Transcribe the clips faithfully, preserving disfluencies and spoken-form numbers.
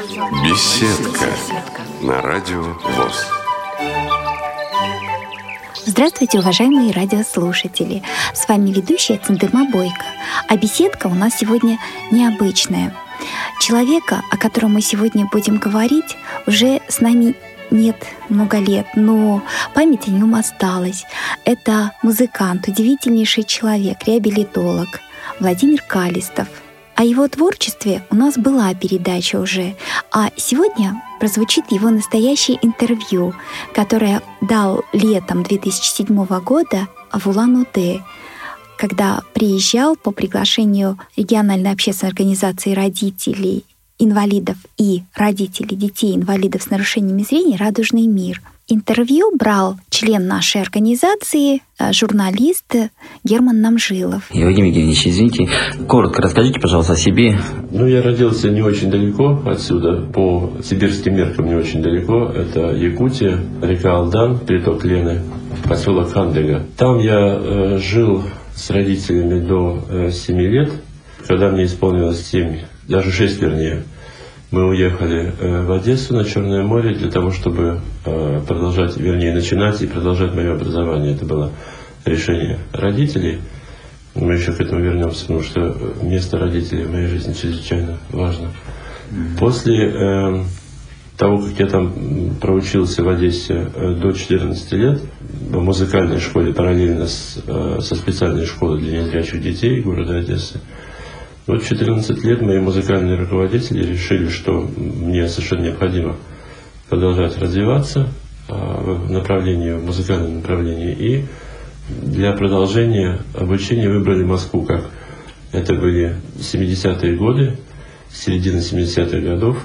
Беседка на радио ВОС. Здравствуйте, уважаемые радиослушатели! С вами ведущая Центыма Бойко. А беседка у нас сегодня необычная. Человека, о котором мы сегодня будем говорить, уже с нами нет много лет, но память о нем осталась. Это музыкант, удивительнейший человек, реабилитолог Владимир Калистов. О его творчестве у нас была передача уже, а сегодня прозвучит его настоящее интервью, которое дал летом две тысячи седьмого года в Улан-Удэ, когда приезжал по приглашению региональной общественной организации родителей инвалидов и родителей детей-инвалидов с нарушениями зрения «Радужный мир». Интервью брал член нашей организации, журналист Герман Намжилов. Владимир Евгеньевич, извините, коротко расскажите, пожалуйста, о себе. Ну, я родился не очень далеко отсюда, по сибирским меркам не очень далеко. Это Якутия, река Алдан, приток Лены, поселок Хандыга. Там я э, жил с родителями до э, семи лет. Когда мне исполнилось семь, даже шесть вернее, мы уехали э, в Одессу на Черное море для того, чтобы э, продолжать, вернее, начинать и продолжать мое образование. Это было решение родителей. Мы еще к этому вернемся, потому что место родителей в моей жизни чрезвычайно важно. Mm-hmm. После э, того, как я там проучился в Одессе э, до четырнадцати лет, в музыкальной школе параллельно с, э, со специальной школой для незрячих детей города Одессы, вот в четырнадцать лет мои музыкальные руководители решили, что мне совершенно необходимо продолжать развиваться в направлении, в музыкальном направлении. И для продолжения обучения выбрали Москву, как это были семидесятые годы, середина семидесятых годов.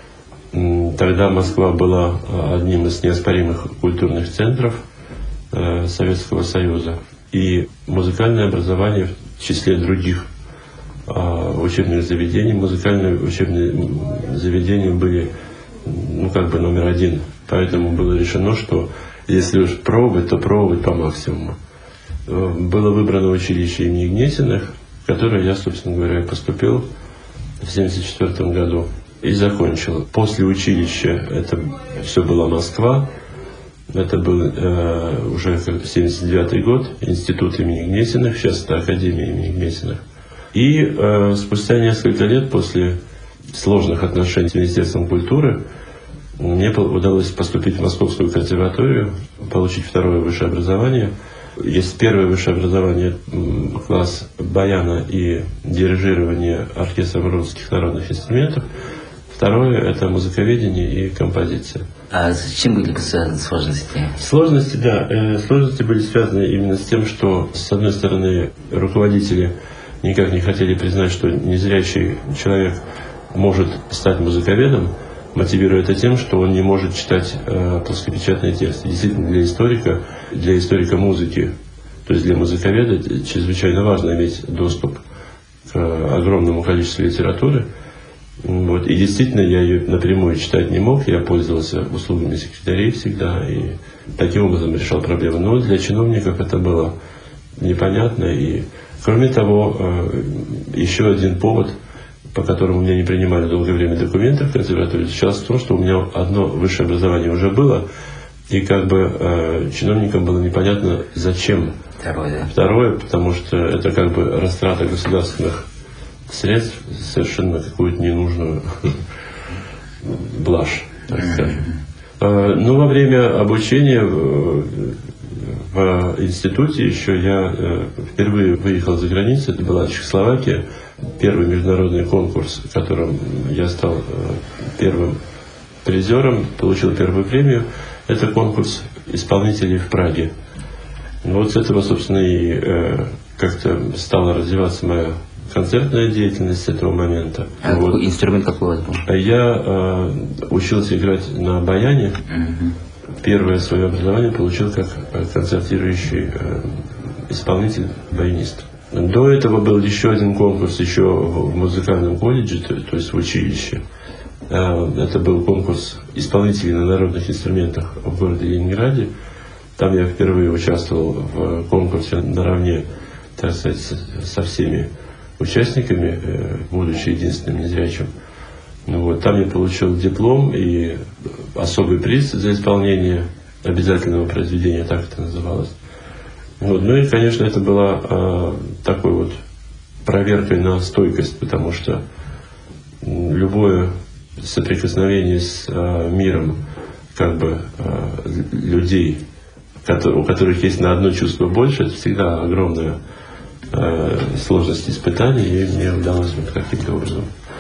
Тогда Москва была одним из неоспоримых культурных центров Советского Союза. И музыкальное образование в числе других учебных заведений, музыкальные учебные заведения были, ну, как бы номер один. Поэтому было решено, что если уж пробовать, то пробовать по максимуму. Было выбрано училище имени Гнесиных, в которое я, собственно говоря, поступил в семьдесят четвёртом году и закончил. После училища это все была Москва. Это был э, уже семьдесят девятый год, институт имени Гнесиных, сейчас это Академия имени Гнесиных. И э, спустя несколько лет после сложных отношений с Министерством культуры мне удалось поступить в Московскую консерваторию, получить второе высшее образование. Есть первое высшее образование, класс баяна и дирижирование оркестром русских народных инструментов. Второе – это музыковедение и композиция. А с чем были связаны сложности? Сложности, да. Э, сложности были связаны именно с тем, что, с одной стороны, руководители никак не хотели признать, что незрячий человек может стать музыковедом, мотивируя это тем, что он не может читать э, плоскопечатные тексты. Действительно, для историка, для историка музыки, то есть для музыковеда, чрезвычайно важно иметь доступ к огромному количеству литературы. Вот. И действительно, я ее напрямую читать не мог, я пользовался услугами секретарей всегда, и таким образом решал проблемы. Но для чиновников это было непонятно. И кроме того, еще один повод, по которому меня не принимали долгое время документы в консерватории, заключался в том, что у меня одно высшее образование уже было, и как бы э, чиновникам было непонятно, зачем. Второе, да. Второе, потому что это как бы растрата государственных средств, совершенно какую-то ненужную блажь, так сказать. Но во время обучения в институте еще я впервые выехал за границу, это была Чехословакия, первый международный конкурс, в котором я стал первым призером, получил первую премию. Это конкурс исполнителей в Праге. Вот с этого, собственно, и как-то стала развиваться моя концертная деятельность с этого момента. А вот. Какой инструмент какой у вас был? Я э, учился играть на баяне. Uh-huh. Первое свое образование получил как концертирующий э, исполнитель, баянист. До этого был еще один конкурс еще в, в музыкальном колледже, то, то есть в училище. Э, это был конкурс исполнителей на народных инструментах в городе Ленинграде. Там я впервые участвовал в конкурсе наравне, так сказать, со всеми участниками, будучи единственным незрячим. Вот, там я получил диплом и особый приз за исполнение обязательного произведения, так это называлось. Вот, ну и, конечно, это была э, такой вот проверкой на стойкость, потому что любое соприкосновение с э, миром как бы э, людей, у которых есть на одно чувство больше, это всегда огромная э, сложность испытаний, и мне удалось вот каким-то образом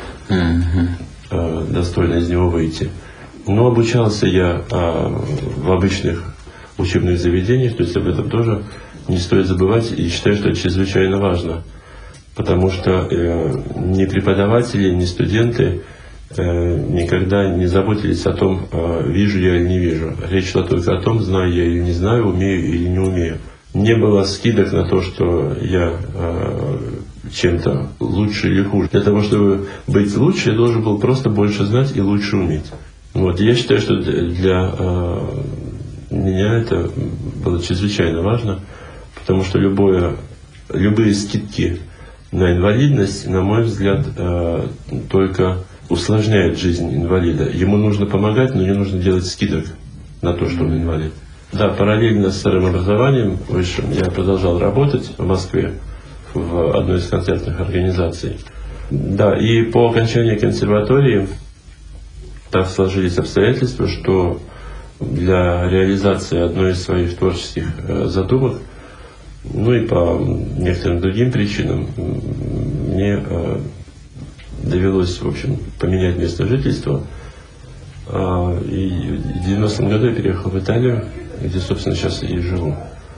э, достойно из него выйти. Но обучался я э, в обычных учебных заведениях, то есть об этом тоже не стоит забывать, и считаю, что это чрезвычайно важно, потому что э, ни преподаватели, ни студенты никогда не заботились о том, вижу я или не вижу. Речь шла только о том, знаю я или не знаю, умею или не умею. Не было скидок на то, что я чем-то лучше или хуже. Для того, чтобы быть лучше, я должен был просто больше знать и лучше уметь. Вот. Я считаю, что для меня это было чрезвычайно важно, потому что любое, любые скидки на инвалидность, на мой взгляд, только усложняет жизнь инвалида. Ему нужно помогать, но не нужно делать скидок на то, что он инвалид. Да, параллельно с вторым образованием высшим я продолжал работать в Москве в одной из концертных организаций. Да, и по окончании консерватории так сложились обстоятельства, что для реализации одной из своих творческих задумок, ну и по некоторым другим причинам, мне довелось, в общем, поменять место жительства. И в девяностом году я переехал в Италию, где, собственно, сейчас и живу.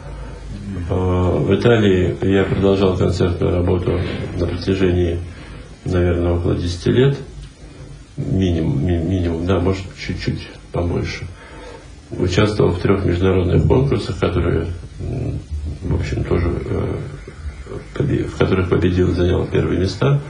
В Италии я продолжал концертную работу на протяжении, наверное, около десяти лет. Минимум, ми- минимум, да, может, чуть-чуть побольше. Участвовал в трех международных конкурсах, которые, в общем, тоже, в которых победил, занял первые места.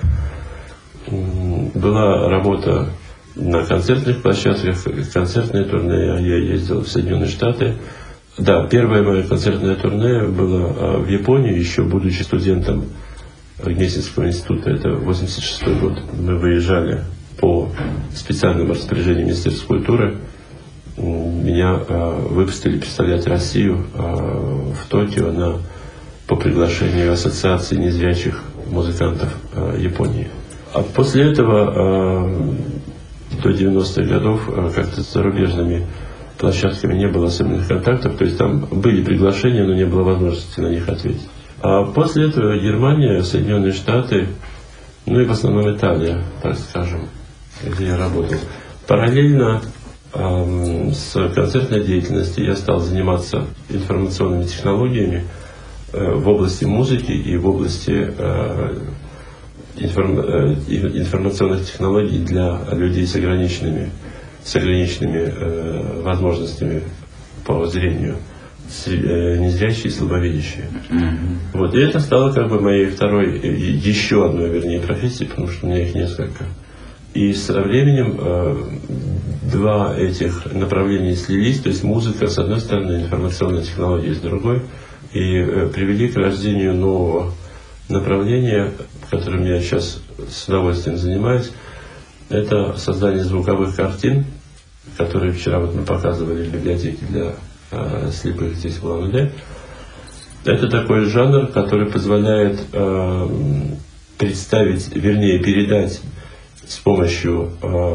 Была работа на концертных площадках, концертные турне, я ездил в Соединенные Штаты. Да, первое мое концертное турне было в Японии, еще будучи студентом Гнесинского института, это восемьдесят шестой год. Мы выезжали по специальному распоряжению Министерства культуры. Меня выпустили представлять Россию в Токио на, по приглашению Ассоциации незрячих музыкантов Японии. А после этого, до девяностых годов, как-то с зарубежными площадками не было особенных контактов, то есть там были приглашения, но не было возможности на них ответить. А после этого Германия, Соединенные Штаты, ну и в основном Италия, так скажем, где я работал. Параллельно э, с концертной деятельностью я стал заниматься информационными технологиями э, в области музыки и в области э, информационных технологий для людей с ограниченными, с ограниченными э, возможностями по зрению, с, э, незрячие и слабовидящие. Mm-hmm. Вот, и это стало как бы моей второй, еще одной, вернее, профессией, потому что у меня их несколько. И со временем э, два этих направления слились, то есть музыка с одной стороны, информационные технологии с другой, и э, привели к рождению нового направление, которым я сейчас с удовольствием занимаюсь, это создание звуковых картин, которые вчера вот мы показывали в библиотеке для э, слепых здесь в Улан-Удэ. Это такой жанр, который позволяет э, представить, вернее передать с помощью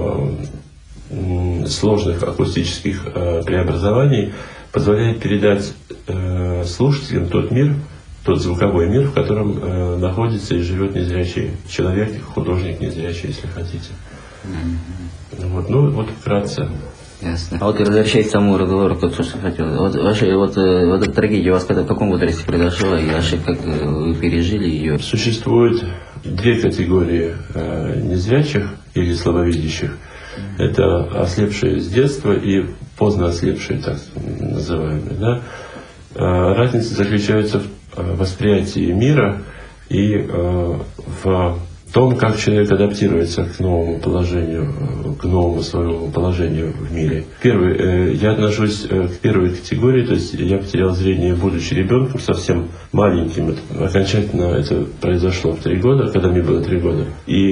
э, сложных акустических э, преобразований, позволяет передать э, слушателям тот мир, тот звуковой мир, в котором э, находится и живет незрячий человек, художник незрячий, если хотите. Mm-hmm. Вот, ну вот вкратце. Ясно. А вот возвращаясь к самому разговору, то, что хотел. Вот, ваши, вот, вот эта трагедия у вас когда, в каком возрасте произошла, и ваши, как вы пережили ее? Существует две категории э, незрячих или слабовидящих. Mm-hmm. Это ослепшие с детства и поздно ослепшие, так называемые. Да? Э, разница заключается в восприятии мира и э, в том, как человек адаптируется к новому положению, к новому своему положению в мире. Первый, э, я отношусь э, к первой категории, то есть я потерял зрение, будучи ребенком, совсем маленьким. Это, окончательно это произошло в три года, когда мне было три года. И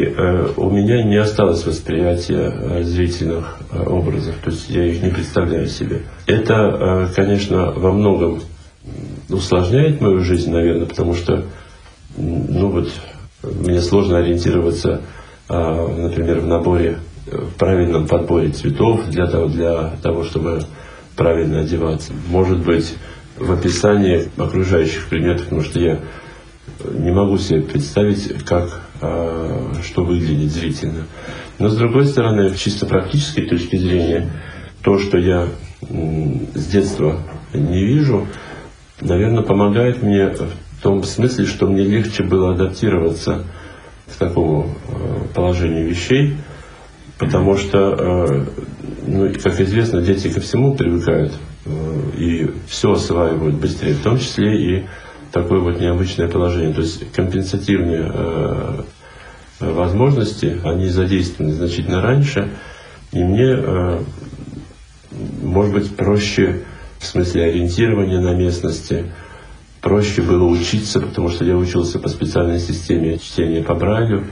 И э, у меня не осталось восприятия э, зрительных э, образов, то есть я их не представляю себе. Это, э, конечно, во многом усложняет мою жизнь, наверное, потому что, ну вот, мне сложно ориентироваться, э, например, в наборе, в правильном подборе цветов для того, для того, чтобы правильно одеваться. Может быть, в описании окружающих предметов, потому что я не могу себе представить, как, что выглядит зрительно. Но с другой стороны, с чисто практической точки зрения, то, что я с детства не вижу, наверное, помогает мне в том смысле, что мне легче было адаптироваться к такому положению вещей, потому что, ну, как известно, дети ко всему привыкают и все осваивают быстрее, в том числе и такое вот необычное положение. То есть компенсативные э, возможности, они задействованы значительно раньше, и мне, э, может быть, проще в смысле ориентирования на местности, проще было учиться, потому что я учился по специальной системе чтения по Брайлю,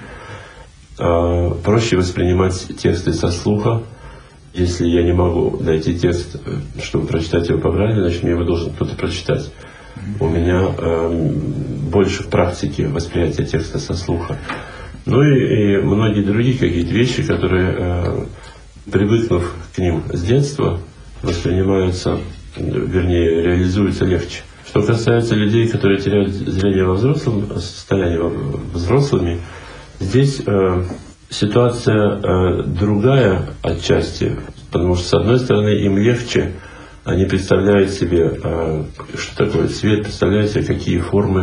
э, проще воспринимать тексты со слуха. Если я не могу найти текст, чтобы прочитать его по Брайлю, значит, мне его должен кто-то прочитать. У меня э, больше в практике восприятия текста со слуха. Ну и, и многие другие какие-то вещи, которые, э, привыкнув к ним с детства, воспринимаются, вернее, реализуются легче. Что касается людей, которые теряют зрение во взрослом состоянии, взрослыми, здесь э, ситуация э, другая отчасти, потому что, с одной стороны, им легче. Они представляют себе, что такое цвет, представляют себе, какие формы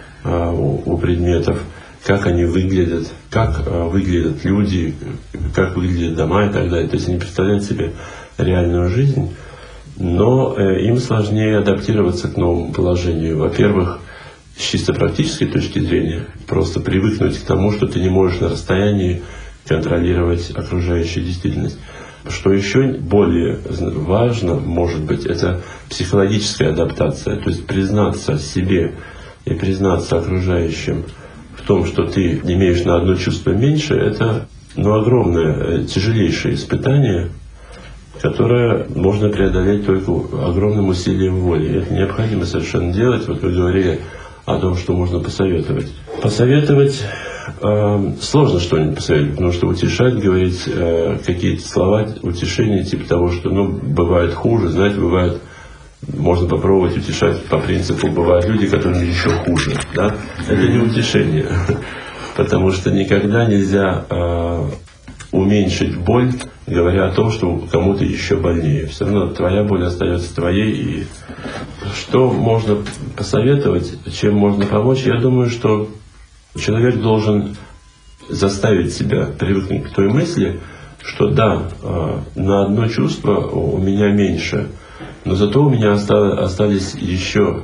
у предметов, как они выглядят, как выглядят люди, как выглядят дома и так далее. То есть они представляют себе реальную жизнь, но им сложнее адаптироваться к новому положению. Во-первых, с чисто практической точки зрения, просто привыкнуть к тому, что ты не можешь на расстоянии контролировать окружающую действительность. Что еще более важно, может быть, это психологическая адаптация, то есть признаться себе и признаться окружающим в том, что ты имеешь на одно чувство меньше, это, ну, огромное, тяжелейшее испытание, которое можно преодолеть только огромным усилием воли. И это необходимо совершенно делать. Вот вы говорили о том, что можно посоветовать. Посоветовать э, сложно что-нибудь посоветовать, потому что утешать, говорить э, какие-то слова утешения, типа того, что, ну, бывает хуже, знаете, бывает, можно попробовать утешать по принципу, бывают люди, которым еще хуже, да? Это не утешение, потому что никогда нельзя э, уменьшить боль, говоря о том, что кому-то еще больнее. Все равно твоя боль остается твоей. И что можно посоветовать, чем можно помочь? Я думаю, что человек должен заставить себя привыкнуть к той мысли, что да, на одно чувство у меня меньше, но зато у меня остались еще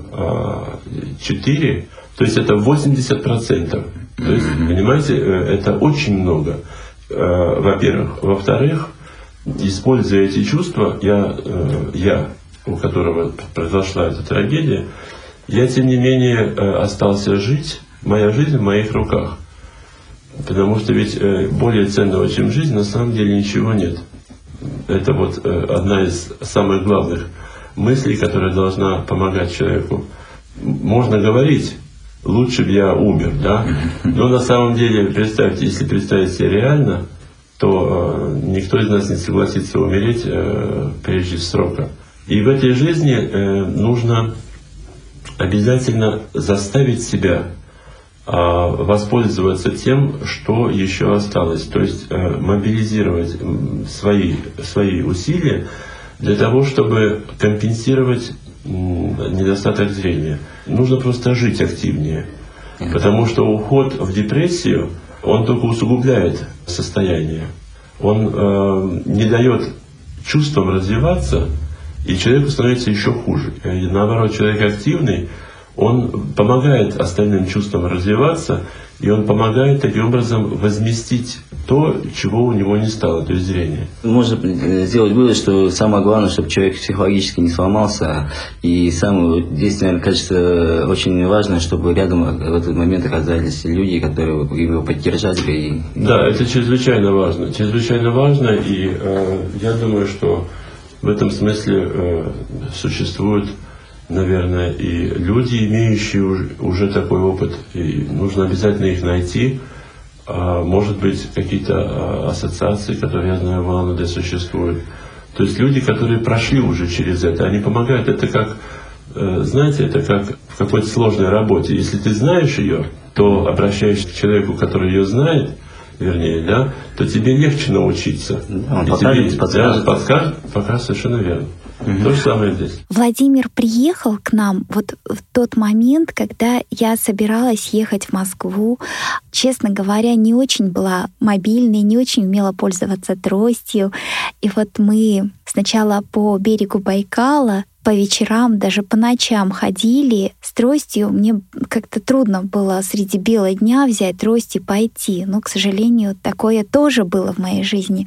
четыре, то есть это восемьдесят процентов. То есть, понимаете, это очень много. Во-первых. Во-вторых, используя эти чувства, я, я, у которого произошла эта трагедия, я, тем не менее, остался жить, моя жизнь в моих руках. Потому что ведь более ценного, чем жизнь, на самом деле ничего нет. Это вот одна из самых главных мыслей, которая должна помогать человеку. Можно говорить: лучше бы я умер, да? Но на самом деле, представьте, если представить себе реально, то э, никто из нас не согласится умереть э, прежде срока. И в этой жизни э, нужно обязательно заставить себя э, воспользоваться тем, что еще осталось. То есть э, мобилизировать свои, свои усилия для того, чтобы компенсировать недостаток зрения. Нужно просто жить активнее. Потому что уход в депрессию, он только усугубляет состояние. Он э, не дает чувствам развиваться, и человеку становится еще хуже. И наоборот, человек активный, он помогает остальным чувствам развиваться, И он помогает таким образом возместить то, чего у него не стало, то есть зрение. Можно сделать вывод, что самое главное, чтобы человек психологически не сломался. И самое, здесь, наверное, кажется, очень важно, чтобы рядом в этот момент оказались люди, которые его поддержали бы. И... Да, это чрезвычайно важно. Чрезвычайно важно, и э, я думаю, что в этом смысле э, существуют, наверное, и люди, имеющие уже, уже такой опыт, и нужно обязательно их найти. А, может быть, какие-то а, ассоциации, которые, я знаю, в Улан-Удэ существуют. То есть люди, которые прошли уже через это, они помогают. Это как, э, знаете, это как в какой-то сложной работе. Если ты знаешь ее, то обращаешься к человеку, который ее знает, вернее, да, то тебе легче научиться. Он и покажет, тебе, подскажет. Да, подскажет, покажет, совершенно верно. Угу. То же самое здесь. Владимир приехал к нам вот в тот момент, когда я собиралась ехать в Москву. Честно говоря, не очень была мобильной, не очень умела пользоваться тростью. И вот мы сначала по берегу Байкала, по вечерам, даже по ночам ходили с тростью. Мне как-то трудно было среди бела дня взять трость и пойти. Но, к сожалению, такое тоже было в моей жизни.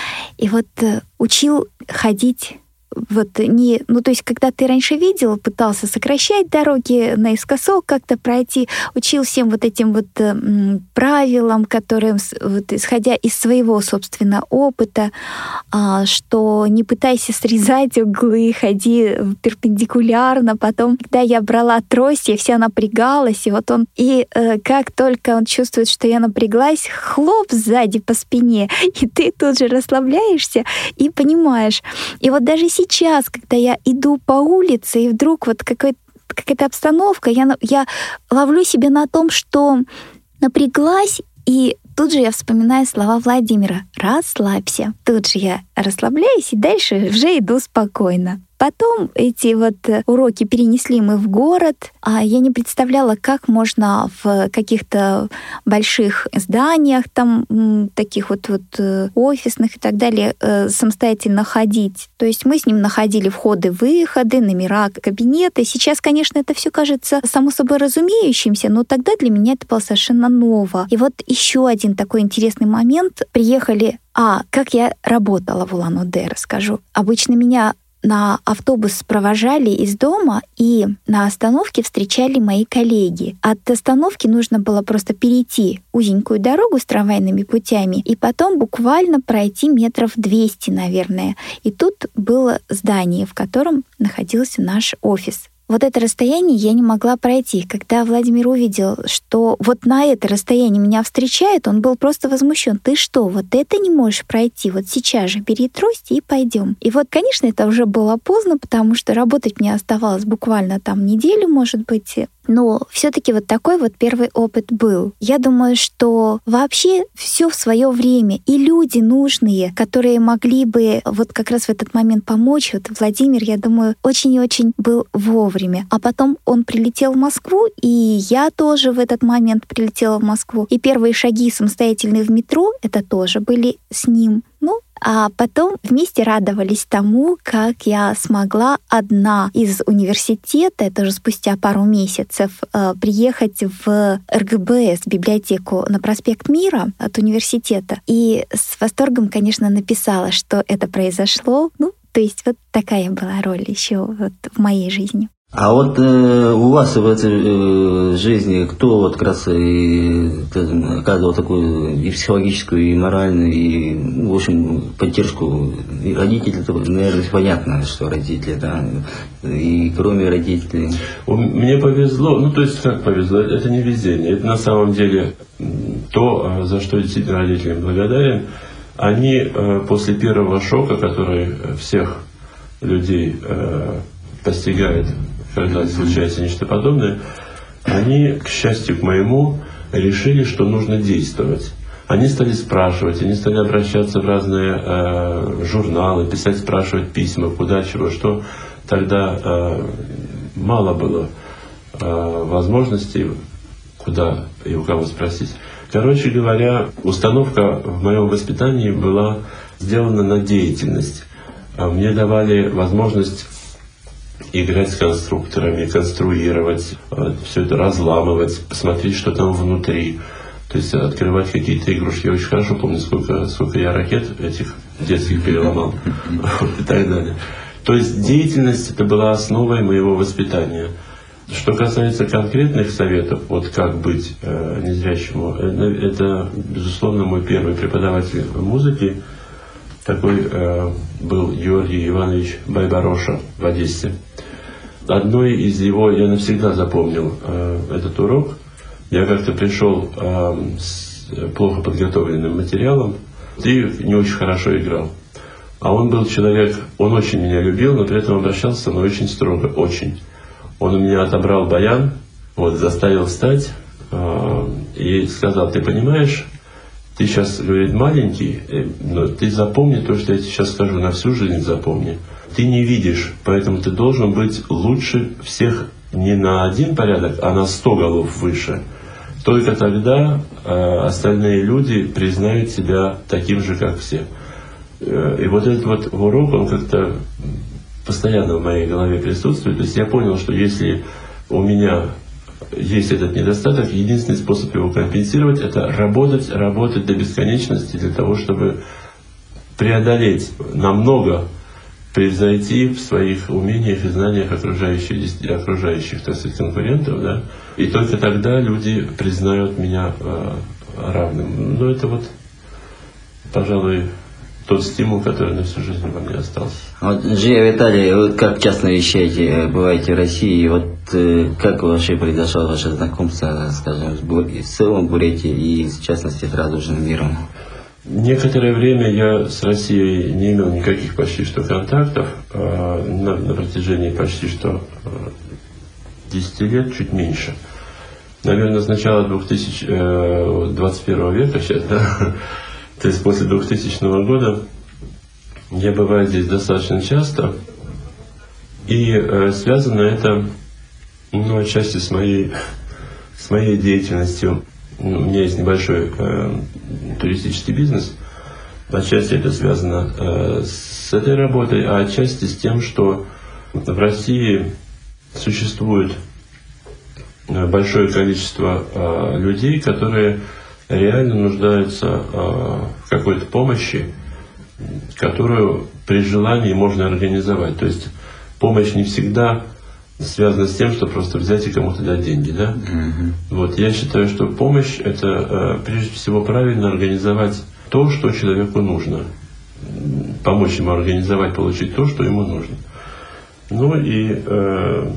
И вот учил ходить вот не, ну то есть, когда ты раньше видел, пытался сокращать дороги наискосок, как-то пройти, учил всем вот этим вот м, правилам, которые, вот, исходя из своего, собственно, опыта, а, что не пытайся срезать углы, ходи перпендикулярно. Потом, когда я брала трость, я вся напрягалась, и вот он, и э, как только он чувствует, что я напряглась, хлоп сзади по спине, и ты тут же расслабляешься и понимаешь. И вот даже сейчас, когда я иду по улице, и вдруг вот какой-то, какая-то обстановка, я, я ловлю себя на том, что напряглась, и тут же я вспоминаю слова Владимира: «Расслабься». Тут же я расслабляюсь, и дальше уже иду спокойно. Потом эти вот уроки перенесли мы в город. А я не представляла, как можно в каких-то больших зданиях, там таких вот, вот офисных и так далее, самостоятельно ходить. То есть мы с ним находили входы-выходы, номера, кабинеты. Сейчас, конечно, это все кажется само собой разумеющимся, но тогда для меня это было совершенно ново. И вот еще один такой интересный момент. Приехали... А, как я работала в Улан-Удэ, расскажу. Обычно меня на автобус провожали из дома, и на остановке встречали мои коллеги. От остановки нужно было просто перейти узенькую дорогу с трамвайными путями и потом буквально пройти метров двести, наверное. И тут было здание, в котором находился наш офис. Вот это расстояние я не могла пройти. Когда Владимир увидел, что вот на это расстояние меня встречают, он был просто возмущен. Ты что, вот это не можешь пройти? Вот сейчас же бери трость и пойдем. И вот, конечно, это уже было поздно, потому что работать мне оставалось буквально там неделю, может быть. Но все-таки вот такой вот первый опыт был. Я думаю, что вообще все в свое время. И люди нужные, которые могли бы вот как раз в этот момент помочь. Вот Владимир, я думаю, очень и очень был вовремя. А потом он прилетел в Москву, и я тоже в этот момент прилетела в Москву. И первые шаги самостоятельные в метро, это тоже были с ним. Ну, а потом вместе радовались тому, как я смогла одна из университета, это уже спустя пару месяцев, приехать в эр гэ бэ эс, библиотеку на проспект Мира от университета. И с восторгом, конечно, написала, что это произошло. Ну, то есть вот такая была роль еще вот в моей жизни. А вот э, у вас в этой э, жизни кто вот как раз и, оказывал такую и психологическую, и моральную, и, в общем, поддержку? И родители, наверное, понятно, что родители, да, и кроме родителей. Мне повезло, ну то есть как повезло, это не везение, это на самом деле то, за что действительно родителям благодарен. Они э, после первого шока, который всех людей э, постигает, когда случается нечто подобное, они, к счастью к моему, решили, что нужно действовать. Они стали спрашивать, они стали обращаться в разные э, журналы, писать, спрашивать письма, куда, чего, что. Тогда э, мало было э, возможностей, куда и у кого спросить. Короче говоря, установка в моем воспитании была сделана на деятельность. Мне давали возможность играть с конструкторами, конструировать, все это разламывать, посмотреть, что там внутри. То есть открывать какие-то игрушки. Я очень хорошо помню, сколько, сколько я ракет этих детских переломал и так далее. То есть деятельность это была основой моего воспитания. Что касается конкретных советов, вот как быть э, незрячему, это, это, безусловно, мой первый преподаватель музыки, такой э, был Георгий Иванович Байбароша в Одессе. Одной из его, я навсегда запомнил э, этот урок. Я как-то пришел э, с плохо подготовленным материалом и не очень хорошо играл. А он был человек, он очень меня любил, но при этом обращался со мной очень строго, очень. Он у меня отобрал баян, вот, заставил встать э, и сказал: ты понимаешь, ты сейчас, говорит, маленький, но ты запомни то, что я тебе сейчас скажу, на всю жизнь запомни. Ты не видишь, поэтому ты должен быть лучше всех не на один порядок, а на сто голов выше. Только тогда э, остальные люди признают тебя таким же, как все. Э, и вот этот вот урок, он как-то постоянно в моей голове присутствует. То есть я понял, что если у меня есть этот недостаток, единственный способ его компенсировать — это работать, работать до бесконечности для того, чтобы преодолеть, намного превзойти в своих умениях и знаниях окружающих, окружающих, так сказать, конкурентов, да. И только тогда люди признают меня э, равным. Но это вот, пожалуй, тот стимул, который на всю жизнь во мне остался. Вот, живя в Италии, вот как часто вещаете, бываете в России, вот э, как вообще произошло ваше знакомство, скажем, с, Бур... с целым Бурятией и, в частности, с Радужным миром? Некоторое время я с Россией не имел никаких почти что контактов, э, на, на протяжении почти что э, десять лет, чуть меньше. Наверное, с начала двадцать первого века сейчас, да? То есть после двухтысячного года я бываю здесь достаточно часто, и э, связано это, ну, отчасти с моей, с моей деятельностью. У меня есть небольшой э, туристический бизнес, отчасти это связано э, с этой работой, а отчасти с тем, что в России существует большое количество э, людей, которые реально нуждаются э, в какой-то помощи, которую при желании можно организовать. То есть помощь не всегда связана с тем, что просто взять и кому-то дать деньги, да? Mm-hmm. Вот, я считаю, что помощь — это э, прежде всего правильно организовать то, что человеку нужно. Помочь ему организовать, получить то, что ему нужно. Ну и э,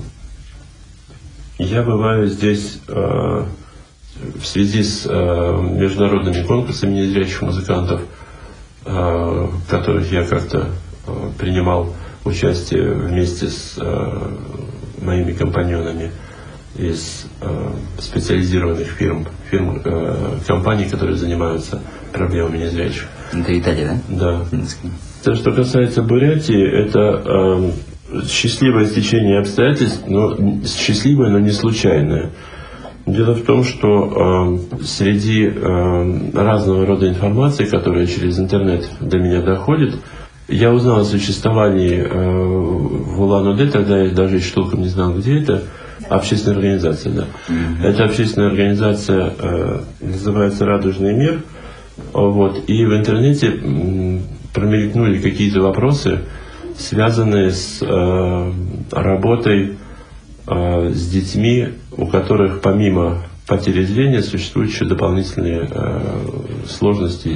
я бываю здесь э, в связи с э, международными конкурсами незрячих музыкантов, э, в которых я как-то э, принимал участие вместе с э, моими компаньонами из э, специализированных фирм, фирм э, компаний, которые занимаются проблемами незрячих. Это Италия, да? Да. То, что касается Бурятии, это э, счастливое стечение обстоятельств, но счастливое, но не случайное. Дело в том, что э, среди э, разного рода информации, которая через интернет до меня доходит, я узнал о существовании э, в Улан-Удэ, тогда я даже еще толком не знал, где это, общественная организация, да. Mm-hmm. Эта общественная организация э, называется «Радужный мир». Вот, и в интернете м, промелькнули какие-то вопросы, связанные с э, работой с детьми, у которых помимо потери зрения существуют еще дополнительные э, сложности,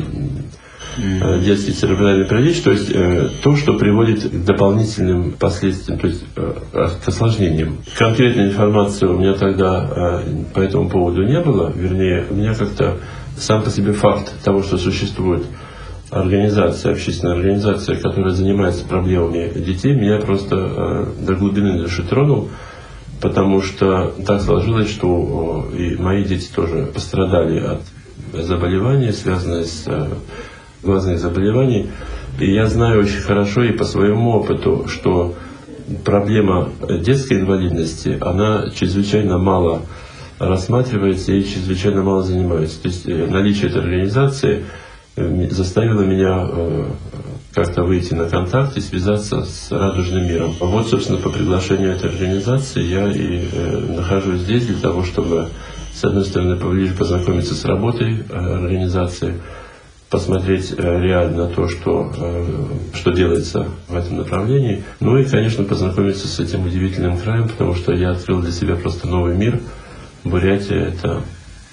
э, детский церебральный паралич, то есть э, то, что приводит к дополнительным последствиям, то есть э, к осложнениям. Конкретной информации у меня тогда э, по этому поводу не было, вернее, у меня как-то сам по себе факт того, что существует организация, общественная организация, которая занимается проблемами детей, меня просто э, до глубины души тронул. Потому что так сложилось, что и мои дети тоже пострадали от заболевания, связанных с глазных заболеваний. И я знаю очень хорошо и по своему опыту, что проблема детской инвалидности, она чрезвычайно мало рассматривается и чрезвычайно мало занимается. То есть наличие этой организации заставило меня как-то выйти на контакт и связаться с Радужным миром. Вот, собственно, по приглашению этой организации я и э, нахожусь здесь для того, чтобы С одной стороны, поближе познакомиться с работой организации, посмотреть реально то, что, что делается в этом направлении. Ну и, конечно, познакомиться с этим удивительным краем, потому что я открыл для себя просто новый мир. Бурятия — это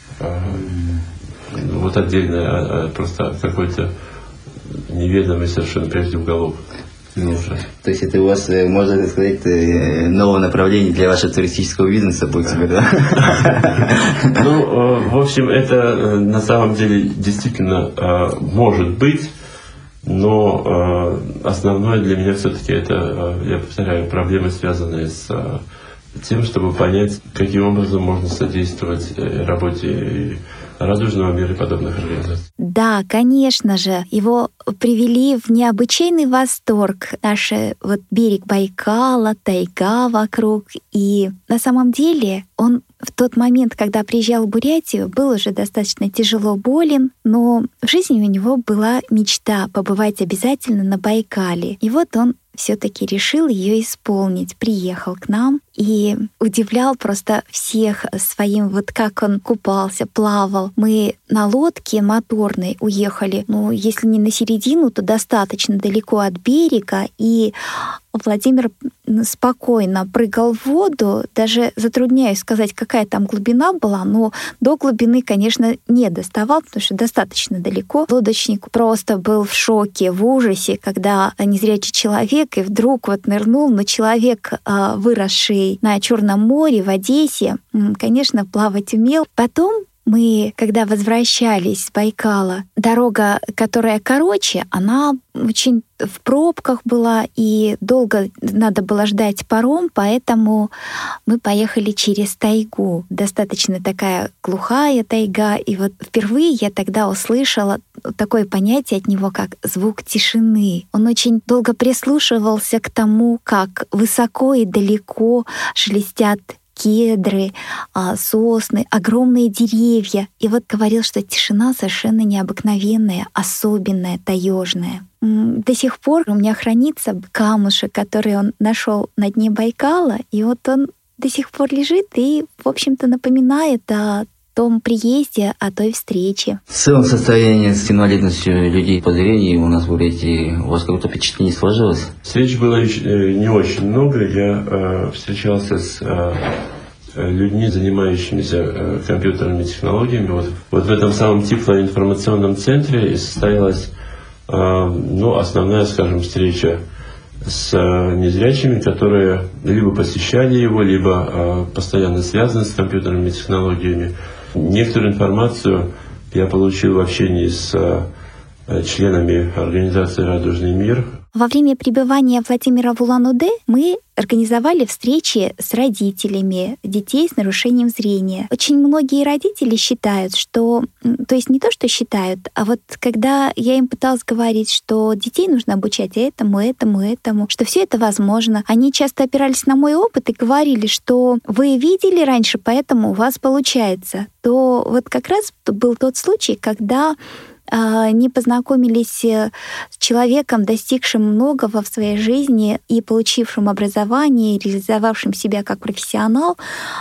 вот отдельно, просто какой-то неведомый совершенно прежде уголок. Ну, то есть это у вас, можно сказать, новое направление для вашего туристического бизнеса будет теперь, да? Ну, в общем, это на самом деле действительно может быть, но основное для меня все-таки это, я повторяю, проблемы, связанные с тем, чтобы понять, каким образом можно содействовать работе Радужного мира и подобных организаций. Да, конечно же, его привели в необычайный восторг наш вот берег Байкала, тайга вокруг. И на самом деле он в тот момент, когда приезжал в Бурятию, был уже достаточно тяжело болен, но в жизни у него была мечта побывать обязательно на Байкале. И вот он все-таки решил ее исполнить, приехал к нам и удивлял просто всех своим, вот как он купался, плавал. Мы на лодке моторной уехали, ну, если не на середину, то достаточно далеко от берега, и Владимир спокойно прыгал в воду, даже затрудняюсь сказать, какая там глубина была, но до глубины, конечно, не доставал, потому что достаточно далеко. Лодочник просто был в шоке, в ужасе, когда незрячий человек и вдруг вот нырнул, но человек, выросший на Черном море, в Одессе, конечно, плавать умел. Потом мы, когда возвращались с Байкала, дорога, которая короче, она очень в пробках была, и долго надо было ждать паром, поэтому мы поехали через тайгу. Достаточно такая глухая тайга, и вот впервые я тогда услышала такое понятие от него, как звук тишины. Он очень долго прислушивался к тому, как высоко и далеко шелестят кедры, сосны, огромные деревья. И вот говорил, что тишина совершенно необыкновенная, особенная, таежная. До сих пор у меня хранится камушек, который он нашел на дне Байкала, и вот он до сих пор лежит и, в общем-то, напоминает о том приезде, о той встрече. В целом состояние с инвалидностью людей по зрению у нас в Бурятии, у вас какое-то впечатление сложилось? Встреч было не очень много. Я э, встречался с э, людьми, занимающимися э, компьютерными технологиями. Вот, вот в этом самом тифлоинформационном центре и состоялась э, ну, основная, скажем, встреча с э, незрячими, которые либо посещали его, либо э, постоянно связаны с компьютерными технологиями. Некоторую информацию я получил в общении с э, членами организации «Радужный мир». Во время пребывания Владимира в Улан-Удэ мы организовали встречи с родителями детей с нарушением зрения. Очень многие родители считают, что... То есть не то, что считают, а вот когда я им пыталась говорить, что детей нужно обучать этому, этому, этому, что все это возможно, они часто опирались на мой опыт и говорили, что вы видели раньше, поэтому у вас получается. То вот как раз был тот случай, когда не познакомились с человеком, достигшим многого в своей жизни и получившим образование, реализовавшим себя как профессионал,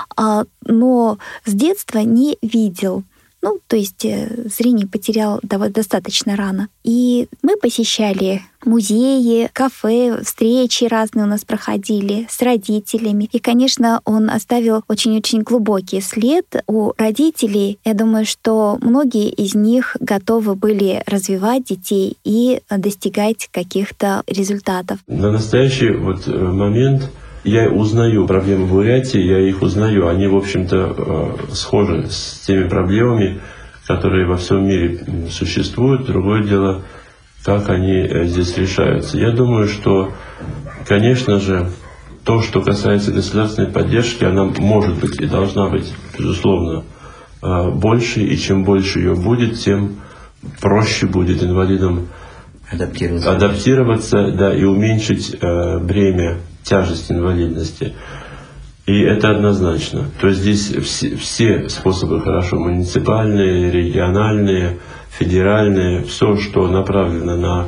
но с детства не видел. Ну, то есть зрение потерял достаточно рано. И мы посещали музеи, кафе, встречи разные у нас проходили с родителями. И, конечно, он оставил очень-очень глубокий след у родителей. Я думаю, что многие из них готовы были развивать детей и достигать каких-то результатов. На настоящий вот момент я узнаю проблемы Бурятии, я их узнаю. Они, в общем-то, схожи с теми проблемами, которые во всем мире существуют. Другое дело, как они здесь решаются. Я думаю, что, конечно же, то, что касается государственной поддержки, она может быть и должна быть, безусловно, больше. И чем больше ее будет, тем проще будет инвалидам адаптироваться, адаптироваться да, и уменьшить э, бремя, тяжесть инвалидности. И это однозначно. То есть здесь все, все способы хорошо, муниципальные, региональные, федеральные, все, что направлено на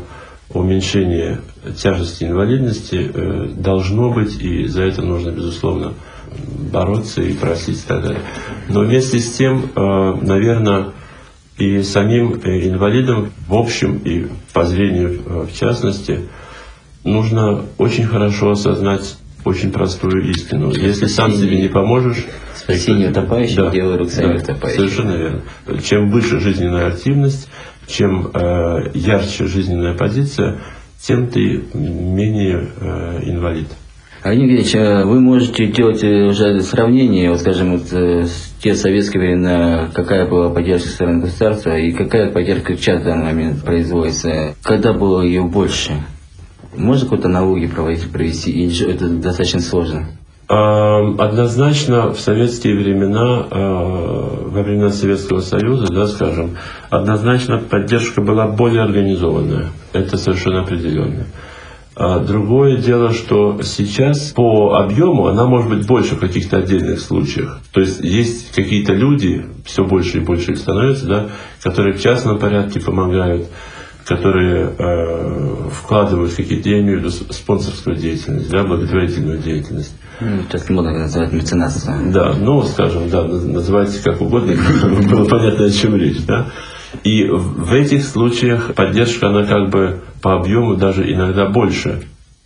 уменьшение тяжести инвалидности, э, должно быть, и за это нужно, безусловно, бороться и просить и так далее. Но вместе с тем, наверное, и самим инвалидам в общем и по зрению в частности нужно очень хорошо осознать очень простую истину. Если сам себе не поможешь... Спасение утопающих, да, дело рук сами да, утопающих. Совершенно верно. Чем выше жизненная активность, чем э, ярче жизненная позиция, тем ты менее э, инвалид. Владимир Евгеньевич, вы можете делать уже сравнение, вот, скажем, вот, с те советские времена, какая была поддержка со стороны государства и какая поддержка сейчас в данный момент производится, когда было ее больше? Можно какую-то аналогию проводить, провести, или это достаточно сложно? Однозначно в советские времена, во времена Советского Союза, да, скажем, однозначно поддержка была более организованная. Это совершенно определенно. Другое дело, что сейчас по объему она может быть больше в каких-то отдельных случаях. То есть есть какие-то люди, все больше и больше их становится, да, которые в частном порядке помогают, которые э, вкладывают в какие-то, я имею в виду спонсорскую деятельность, да, благотворительную деятельность. Сейчас можно называть меценатство. Да, ну, скажем, да, называйте как угодно, было понятно, о чем речь, да. И в этих случаях поддержка, она как бы по объему даже иногда больше.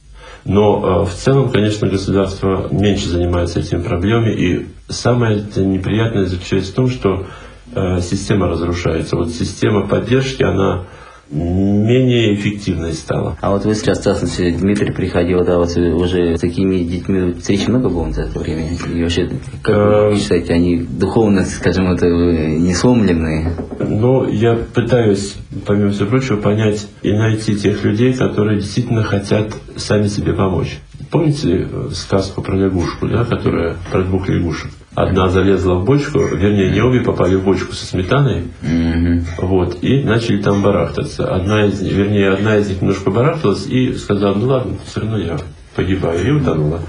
Но в целом, конечно, государство меньше занимается этими проблемами. И самое неприятное заключается в том, что система разрушается. Вот система поддержки, она менее эффективной стала. А вот вы сейчас, в частности, Дмитрий приходил, да, вот уже с такими детьми встреч много было за это время? И вообще, как вы считаете, они духовно, скажем, это не сломленные? Ну, я пытаюсь, помимо всего прочего, понять и найти тех людей, которые действительно хотят сами себе помочь. Помните сказку про лягушку, да, которая про двух лягушек? Одна залезла в бочку, вернее, не обе попали в бочку со сметаной, mm-hmm. вот, и начали там барахтаться. Одна из, вернее, одна из них немножко барахталась и сказала: ну ладно, все равно я погибаю, и утонула.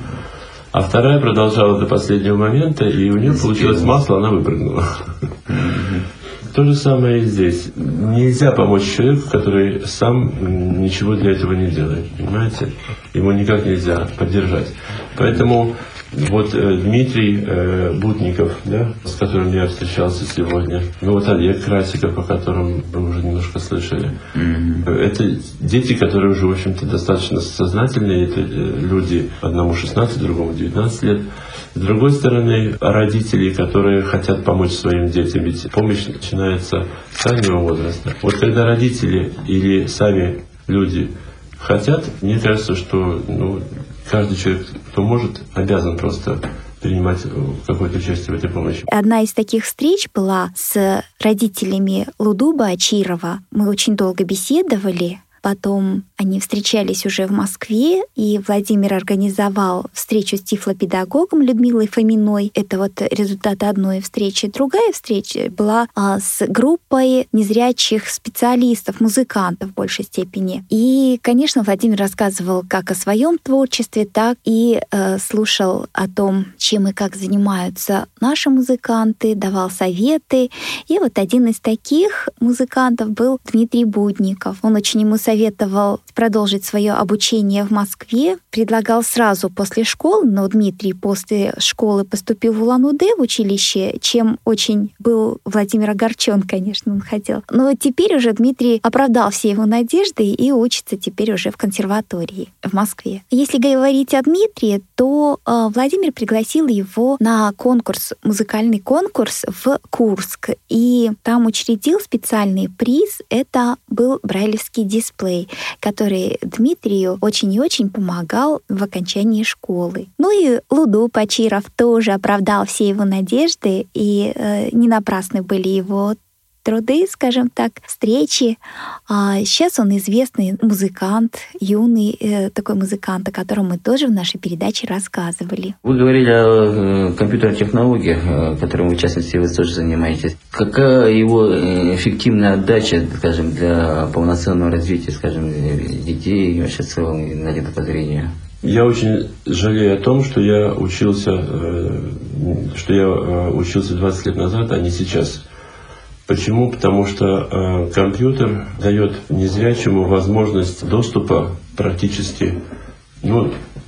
А вторая продолжала до последнего момента, и у нее получилось масло, она выпрыгнула. Mm-hmm. То же самое и здесь. Нельзя помочь человеку, который сам ничего для этого не делает, понимаете? Ему никак нельзя поддержать. Поэтому вот э, Дмитрий э, Бутников, да, с которым я встречался сегодня, ну вот Олег Красиков, о котором вы уже немножко слышали, mm-hmm. это дети, которые уже, в общем-то, достаточно сознательные, это люди, одному шестнадцать, другому девятнадцать лет. С другой стороны, родители, которые хотят помочь своим детям, ведь помощь начинается с раннего возраста. Вот когда родители или сами люди хотят, мне кажется, что ну, каждый человек, кто может, обязан просто принимать какое-то участие в этой помощи. Одна из таких встреч была с родителями Лудуба Ачирова. Мы очень долго беседовали. Потом они встречались уже в Москве, и Владимир организовал встречу с тифлопедагогом Людмилой Фоминой. Это вот результат одной встречи. Другая встреча была а, с группой незрячих специалистов, музыкантов в большей степени. И, конечно, Владимир рассказывал как о своем творчестве, так и э, слушал о том, чем и как занимаются наши музыканты, давал советы. И вот один из таких музыкантов был Дмитрий Будников. Он очень ему советовал продолжить свое обучение в Москве, предлагал сразу после школы, но Дмитрий после школы поступил в Улан-Удэ в училище, чем очень был Владимир огорчен, конечно, он хотел. Но теперь уже Дмитрий оправдал все его надежды и учится теперь уже в консерватории в Москве. Если говорить о Дмитрии, то э, Владимир пригласил его на конкурс, музыкальный конкурс в Курск, и там учредил специальный приз. Это был брайлевский дисплей, который Дмитрию очень и очень помогал в окончании школы. Ну и Лудуб Ачиров тоже оправдал все его надежды, и э, не напрасны были его труды, скажем так, встречи. А сейчас он известный музыкант, юный э, такой музыкант, о котором мы тоже в нашей передаче рассказывали. Вы говорили о э, компьютерных технологиях, э, которым, в частности, вы тоже занимаетесь. Какая его эффективная отдача, скажем, для полноценного развития, скажем, детей и вообще в целом инвалидов по зрению? Я очень жалею о том, что я учился, э, что я э, учился двадцать лет назад, а не сейчас. Почему? Потому что э, компьютер дает незрячему возможность доступа практически, ну, не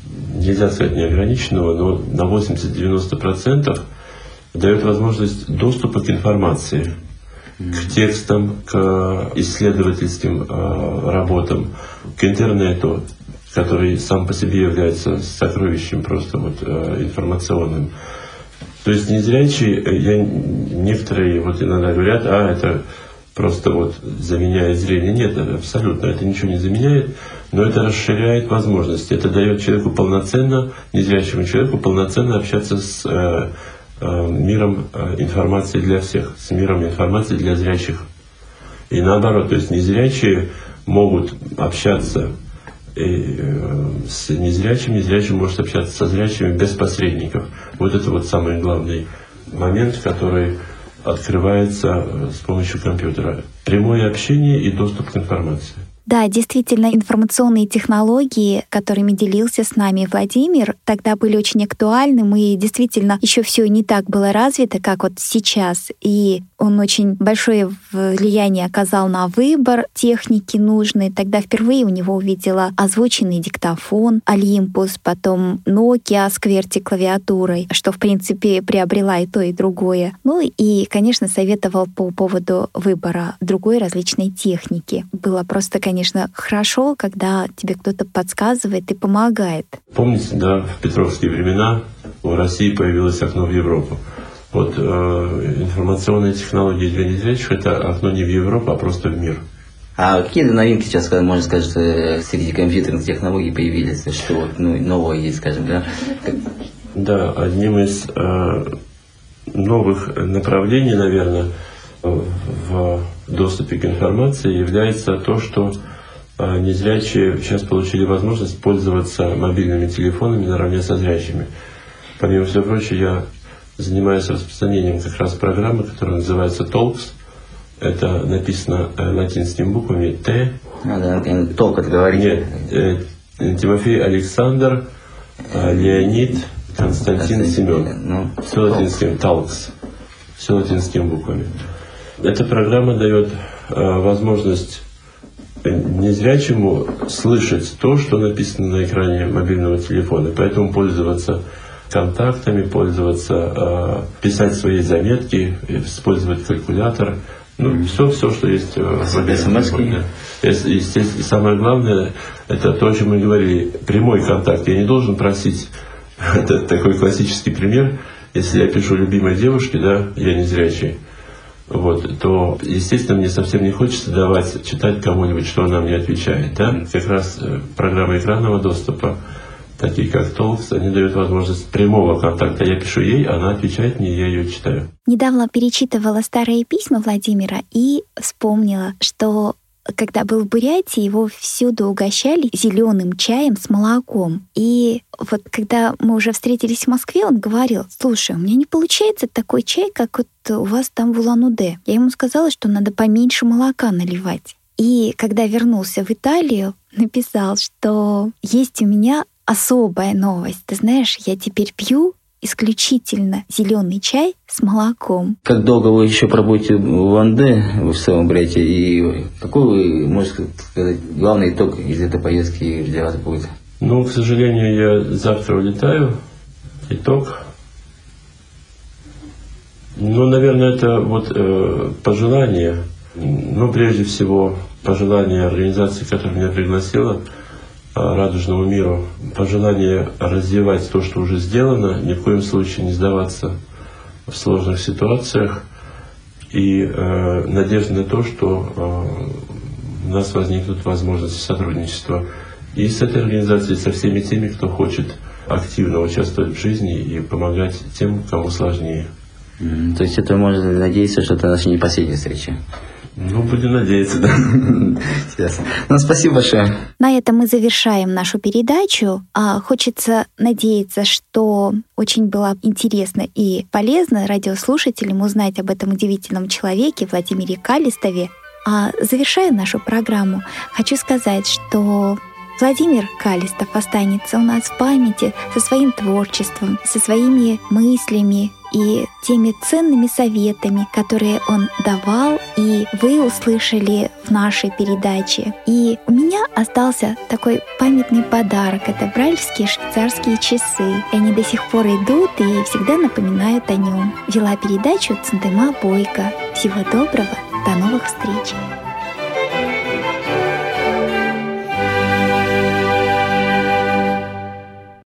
нельзя сказать неограниченного, но на восемьдесят-девяносто процентов дает возможность доступа к информации, к текстам, к исследовательским э, работам, к интернету, который сам по себе является сокровищем просто вот, э, информационным. То есть незрячие, я, некоторые вот иногда говорят, а это просто вот заменяет зрение. Нет, абсолютно, это ничего не заменяет, но это расширяет возможности. Это дает человеку полноценно, незрячему человеку полноценно общаться с э, э, миром э, информации для всех, с миром информации для зрячих. И наоборот, то есть незрячие могут общаться и, э, с незрячими, незрячий может общаться со зрячими без посредников. Вот это вот самый главный момент, который открывается с помощью компьютера. Прямое общение и доступ к информации. Да, действительно, информационные технологии, которыми делился с нами Владимир, тогда были очень актуальны. Мы действительно еще все не так было развито, как вот сейчас. И он очень большое влияние оказал на выбор техники нужной. Тогда впервые у него увидела озвученный диктофон Olympus, потом Nokia с кверти-клавиатурой, что, в принципе, приобрела и то, и другое. Ну и, конечно, советовал по поводу выбора другой различной техники. Было просто, конечно, Конечно, хорошо, когда тебе кто-то подсказывает и помогает. Помните, да, в петровские времена в России появилось окно в Европу. Вот э, информационные технологии для незрячих — это окно не в Европу, а просто в мир. А какие новинки сейчас, можно сказать, что среди компьютерных технологий появились, что вот, ну, новое есть, скажем, да? Да, одним из э, новых направлений, наверное, в доступе к информации является то, что незрячие сейчас получили возможность пользоваться мобильными телефонами наравне со зрячими. Помимо всего прочего, я занимаюсь распространением как раз программы, которая называется Talks. Это написано латинскими буквами Т. А, да, Толк это говорит. Нет, э, Тимофей Александр, э, Леонид, Константин Семен. Ну, все латинскими, Talks. Все латинскими буквами. Эта программа дает э, возможность незрячему слышать то, что написано на экране мобильного телефона, поэтому пользоваться контактами, пользоваться, э, писать свои заметки, использовать калькулятор, ну, все, все, что есть в мобильном телефоне. Естественно, самое главное, это то, о чем мы говорили, прямой контакт. Я не должен просить, это такой классический пример, если я пишу любимой девушке, да, я незрячий, вот, то, естественно, мне совсем не хочется давать читать кому-нибудь, что она мне отвечает. Да? Как раз программы экранного доступа, такие как Talks, они дают возможность прямого контакта. Я пишу ей, она отвечает мне, я ее читаю. Недавно перечитывала старые письма Владимира и вспомнила, что когда был в Бурятии, его всюду угощали зеленым чаем с молоком. И вот когда мы уже встретились в Москве, он говорил: слушай, у меня не получается такой чай, как вот у вас там в Улан-Удэ. Я ему сказала, что надо поменьше молока наливать. И когда вернулся в Италию, написал, что есть у меня особая новость. Ты знаешь, я теперь пью исключительно зеленый чай с молоком. Как долго вы еще пробудете в Улан-Удэ, в своем Бурятии, и какой вы, можно сказать, главный итог из этой поездки для вас будет? Ну, к сожалению, я завтра улетаю. Итог. Ну, наверное, это вот э, пожелание. Ну, прежде всего, пожелание организации, которая меня пригласила, Радужному миру, пожелание развивать то, что уже сделано, ни в коем случае не сдаваться в сложных ситуациях, и э, надежда на то, что э, у нас возникнут возможности сотрудничества и с этой организацией, и со всеми теми, кто хочет активно участвовать в жизни и помогать тем, кому сложнее. Mm, то есть это можно надеяться, что это наша не последняя встреча? Ну, будем надеяться, да. Интересно. Ну, спасибо большое. На этом мы завершаем нашу передачу. А хочется надеяться, что очень было интересно и полезно радиослушателям узнать об этом удивительном человеке Владимире Калистове. А завершая нашу программу, хочу сказать, что Владимир Калистов останется у нас в памяти со своим творчеством, со своими мыслями, и теми ценными советами, которые он давал, и вы услышали в нашей передаче. И у меня остался такой памятный подарок. Это брайлевские швейцарские часы. И они до сих пор идут и всегда напоминают о нем. Вела передачу Центыма Бойко. Всего доброго, до новых встреч!